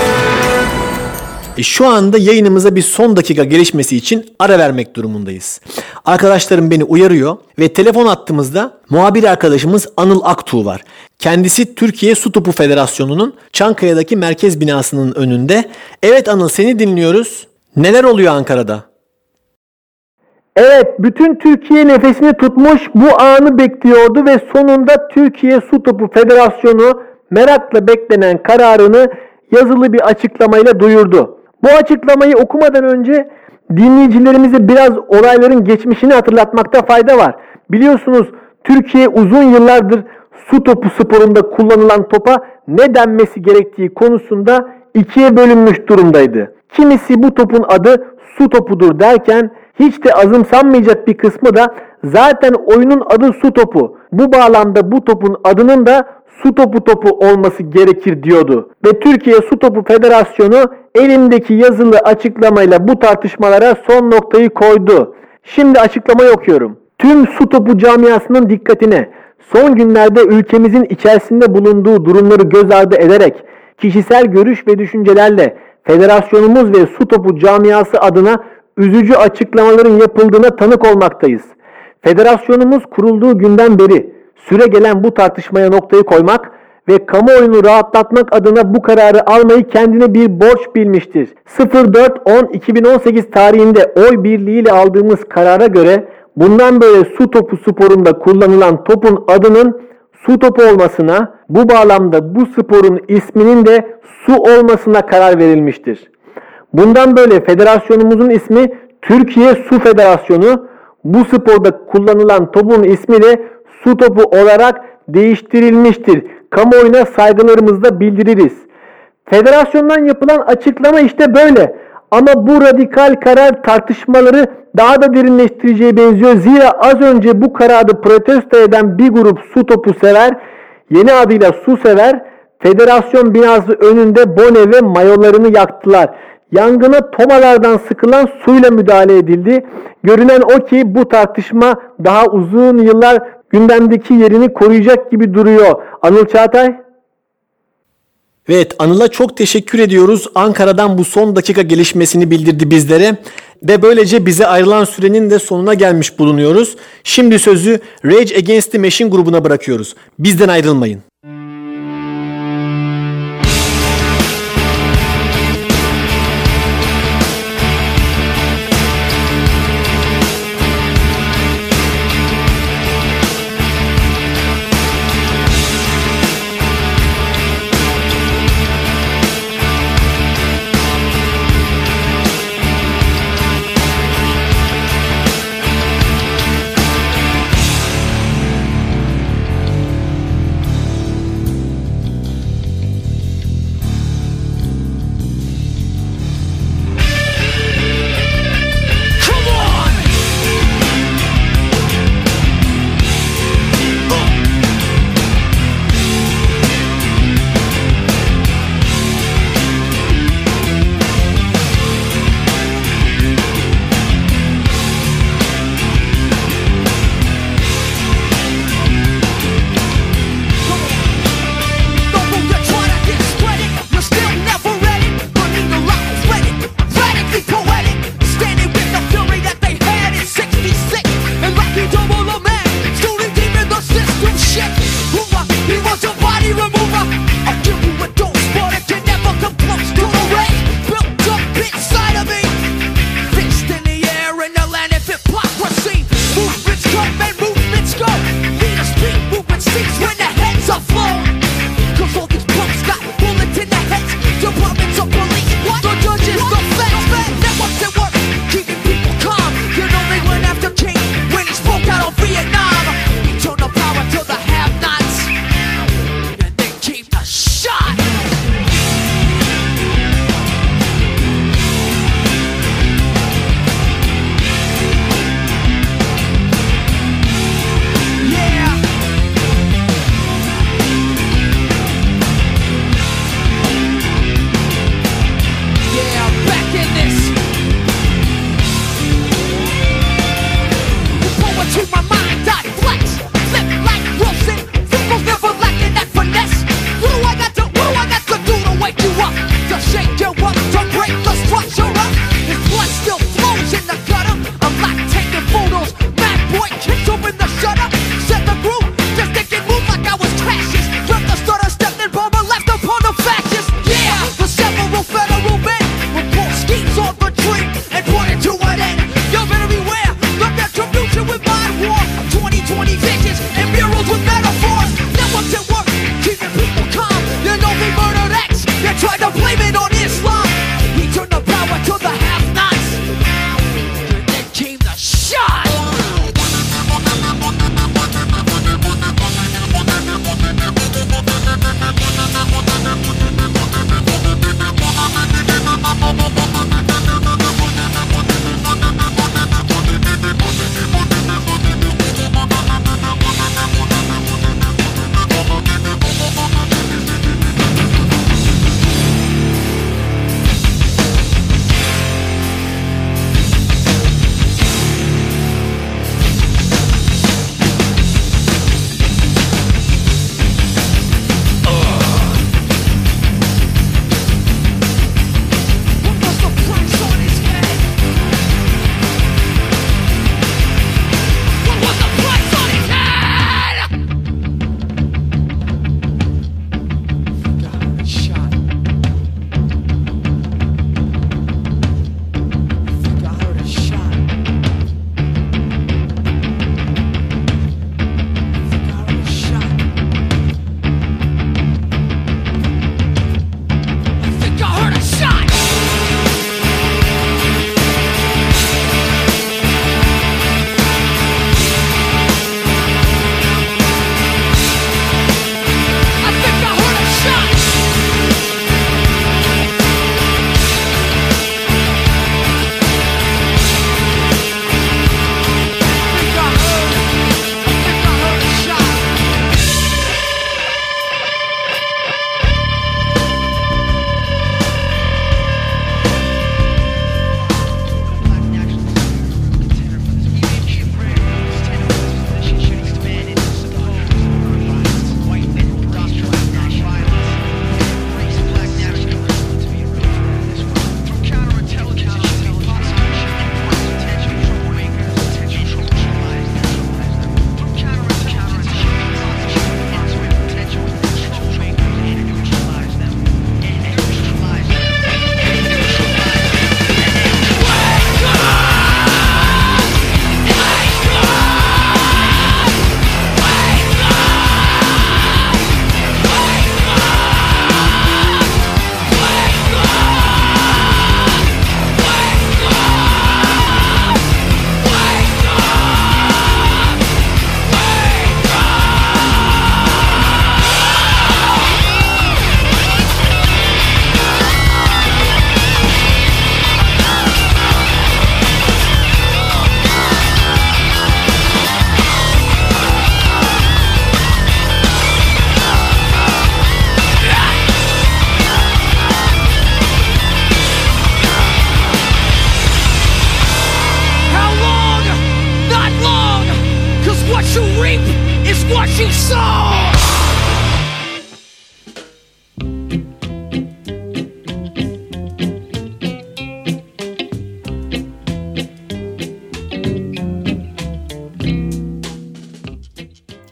E şu anda yayınımıza bir son dakika gelişmesi için ara vermek durumundayız. Arkadaşlarım beni uyarıyor ve telefon attığımızda muhabir arkadaşımız Anıl Aktuğ var. Kendisi Türkiye Su Topu Federasyonu'nun Çankaya'daki merkez binasının önünde. Evet Anıl, seni dinliyoruz. Neler oluyor Ankara'da? Evet, bütün Türkiye nefesini tutmuş bu anı bekliyordu ve sonunda Türkiye Su Topu Federasyonu merakla beklenen kararını yazılı bir açıklamayla duyurdu. Bu açıklamayı okumadan önce dinleyicilerimize biraz olayların geçmişini hatırlatmakta fayda var. Biliyorsunuz Türkiye uzun yıllardır su topu sporunda kullanılan topa ne denmesi gerektiği konusunda ikiye bölünmüş durumdaydı. Kimisi bu topun adı su topudur derken hiç de azımsanmayacak bir kısmı da zaten oyunun adı su topu, bu bağlamda bu topun adının da su topu topu olması gerekir diyordu. Ve Türkiye Su Topu Federasyonu elindeki yazılı açıklamayla bu tartışmalara son noktayı koydu. Şimdi açıklamayı okuyorum. Tüm su topu camiasının dikkatine, son günlerde ülkemizin içerisinde bulunduğu durumları göz ardı ederek kişisel görüş ve düşüncelerle federasyonumuz ve su topu camiası adına üzücü açıklamaların yapıldığına tanık olmaktayız. Federasyonumuz kurulduğu günden beri süre gelen bu tartışmaya noktayı koymak ve kamuoyunu rahatlatmak adına bu kararı almayı kendine bir borç bilmiştir. dört on iki bin on sekiz tarihinde oy birliğiyle aldığımız karara göre bundan böyle su topu sporunda kullanılan topun adının su topu olmasına, bu bağlamda bu sporun isminin de su olmasına karar verilmiştir. Bundan böyle federasyonumuzun ismi Türkiye Su Federasyonu, bu sporda kullanılan topun ismi de su topu olarak değiştirilmiştir. Kamuoyuna saygılarımızı da bildiririz. Federasyondan yapılan açıklama işte böyle. Ama bu radikal karar tartışmaları daha da derinleştireceğe benziyor. Zira az önce bu kararı protesto eden bir grup su topu sever, yeni adıyla su sever, federasyon binası önünde bone ve mayolarını yaktılar. Yangına tomalardan sıkılan suyla müdahale edildi. Görünen o ki bu tartışma daha uzun yıllar gündemdeki yerini koruyacak gibi duruyor. Anıl Çağatay? Evet, Anıl'a çok teşekkür ediyoruz. Ankara'dan bu son dakika gelişmesini bildirdi bizlere. Ve böylece bize ayrılan sürenin de sonuna gelmiş bulunuyoruz. Şimdi sözü Rage Against the Machine grubuna bırakıyoruz. Bizden ayrılmayın.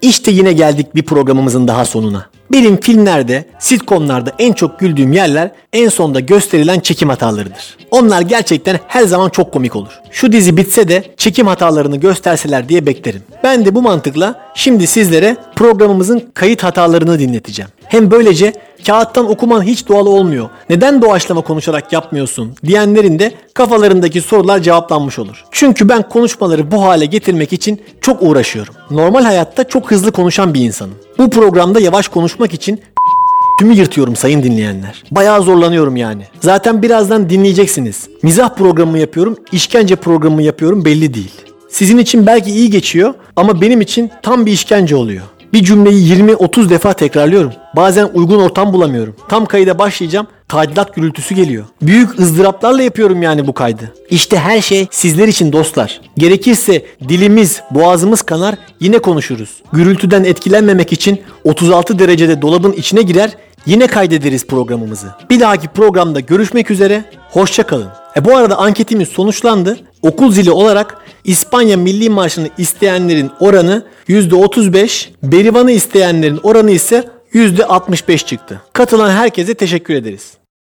İşte yine geldik bir programımızın daha sonuna. Benim filmlerde, sitcomlarda en çok güldüğüm yerler en sonda gösterilen çekim hatalarıdır. Onlar gerçekten her zaman çok komik olur. Şu dizi bitse de çekim hatalarını gösterseler diye beklerim. Ben de bu mantıkla şimdi sizlere programımızın kayıt hatalarını dinleteceğim. Hem böylece kağıttan okuman hiç doğal olmuyor, neden doğaçlama konuşarak yapmıyorsun diyenlerin de kafalarındaki sorular cevaplanmış olur. Çünkü ben konuşmaları bu hale getirmek için çok uğraşıyorum. Normal hayatta çok hızlı konuşan bir insanım. Bu programda yavaş konuşmak için tümü yırtıyorum sayın dinleyenler. Bayağı zorlanıyorum yani. Zaten birazdan dinleyeceksiniz. Mizah programı yapıyorum, işkence programı yapıyorum belli değil. Sizin için belki iyi geçiyor ama benim için tam bir işkence oluyor. Bir cümleyi yirmi otuz defa tekrarlıyorum. Bazen uygun ortam bulamıyorum. Tam kayda başlayacağım, tadilat gürültüsü geliyor. Büyük ızdıraplarla yapıyorum yani bu kaydı. İşte her şey sizler için dostlar. Gerekirse dilimiz, boğazımız kanar, yine konuşuruz. Gürültüden etkilenmemek için otuz altı derecede dolabın içine girer, yine kaydederiz programımızı. Bir dahaki programda görüşmek üzere, hoşça kalın. E bu arada anketimiz sonuçlandı. Okul zili olarak İspanya Milli Marşı'nı isteyenlerin oranı yüzde otuz beş, Berivan'ı isteyenlerin oranı ise yüzde altmış beş çıktı. Katılan herkese teşekkür ederiz.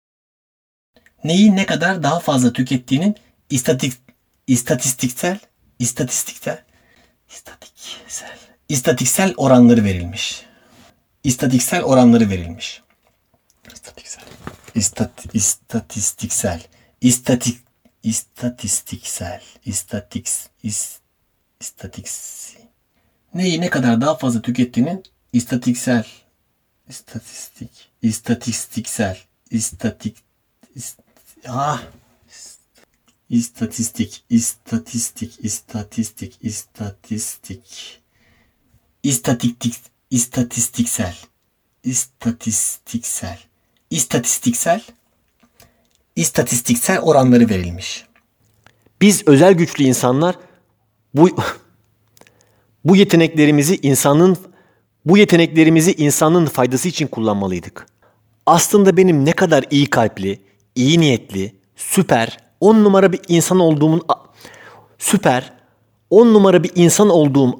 Neyi ne kadar daha fazla tükettiğinin istatik, istatistiksel, istatistiksel, istatistiksel, istatistiksel oranları verilmiş. İstatistiksel oranları verilmiş. İstatistiksel, istat, istatistiksel, istatik, istatistiksel, istatiks, is, istatiksi. Neyi ne kadar daha fazla tükettiğinin istatistiksel, istatistik, istatistiksel, istatik, ist, ah, istatistik, istatistik, istatistik, istatistik, istatistik, istatistiksel, istatistiksel, istatistiksel, istatistiksel oranları verilmiş. Biz özel güçlü insanlar bu bu yeteneklerimizi insanın bu yeteneklerimizi insanın faydası için kullanmalıydık. Aslında benim ne kadar iyi kalpli, iyi niyetli, süper, on numara bir insan olduğumun süper, on numara bir insan olduğum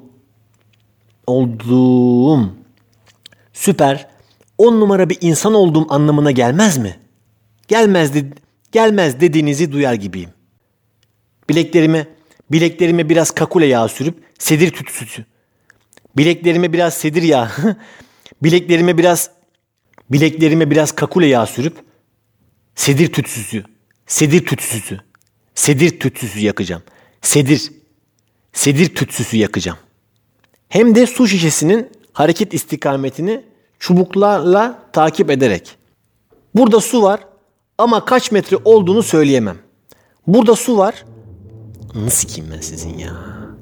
olduğum süper, on numara bir insan olduğum anlamına gelmez mi? Gelmez de, gelmez dediğinizi duyar gibiyim. Bileklerime, bileklerime biraz kakule yağı sürüp sedir tütsüsü. Bileklerime biraz sedir yağı. bileklerime biraz bileklerime biraz kakule yağı sürüp sedir tütsüsü. Sedir tütsüsü. Sedir tütsüsü yakacağım. Sedir. Sedir tütsüsü yakacağım. Hem de su şişesinin hareket istikametini çubuklarla takip ederek. Burada su var ama kaç metre olduğunu söyleyemem. Burada su var. Nasıl sikeyim ben sizin ya?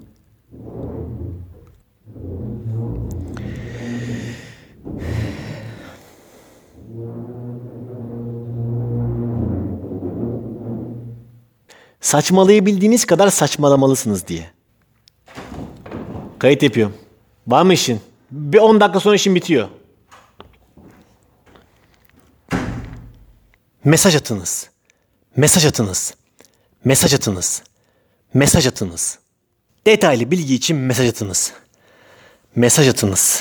Saçmalayabildiğiniz kadar saçmalamalısınız diye. Kayıt yapıyorum. Var mı işin? Bir on dakika sonra işim bitiyor. Mesaj atınız. Mesaj atınız. Mesaj atınız. Mesaj atınız. Detaylı bilgi için mesaj atınız. Mesaj atınız.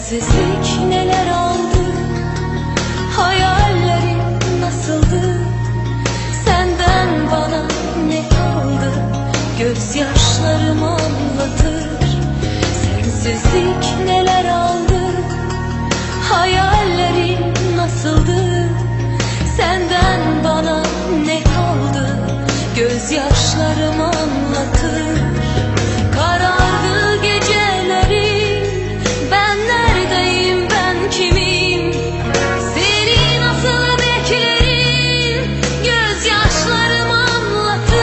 Sensizlik neler aldı, hayallerim nasıldı? Senden bana ne kaldı, gözyaşlarım anlatır. Sensizlik neler aldı, hayallerim nasıldı? Senden bana ne kaldı, gözyaşlarım anlatır. Karardı geceleri, ben neredeyim, ben kimim? Seni nasıl beklerim, gözyaşlarım anlatır.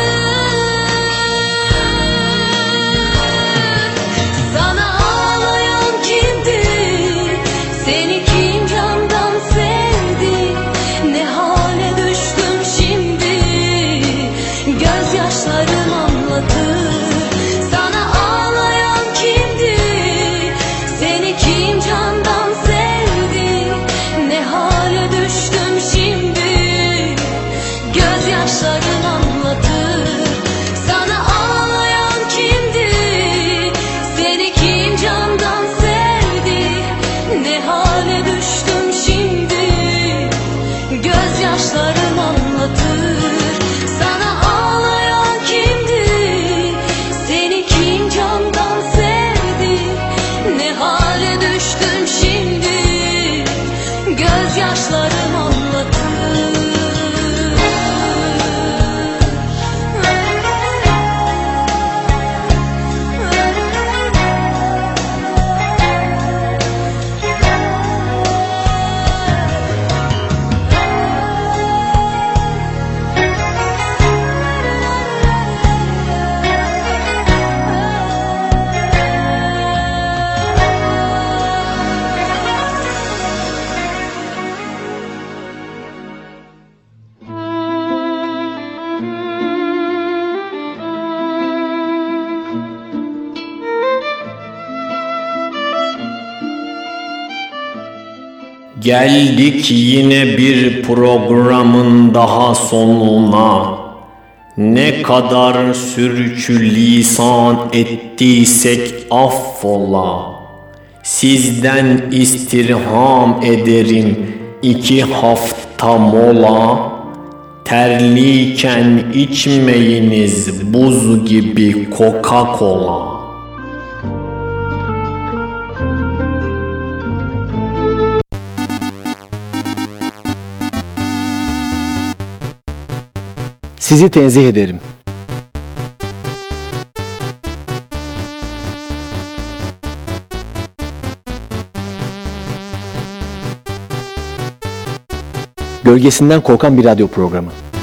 Sana ağlayan kimdi, seni kim candan sevdi? Ne hale düştüm şimdi, gözyaşlarım anlatır. Sana ağlayan kimdi, seni kim candan sevdi? Ne hale düştüm şimdi, gözyaşlarım anlatır. Sana ağlayan kimdi, seni kim candan sevdi? Ne hale düştüm şimdi, gözyaşlarım anlatır. Sana ağlayan kimdi, seni kim candan sevdi? Ne hale düştüm şimdi, gözyaşlarım anlatır. Geldik yine bir programın daha sonuna. Ne kadar sürçülisan ettiysek affola. Sizden istirham ederim iki hafta mola. Terliyken içmeyiniz buz gibi Coca-Cola. Sizi tenzih ederim. Gölgesinden korkan bir radyo programı.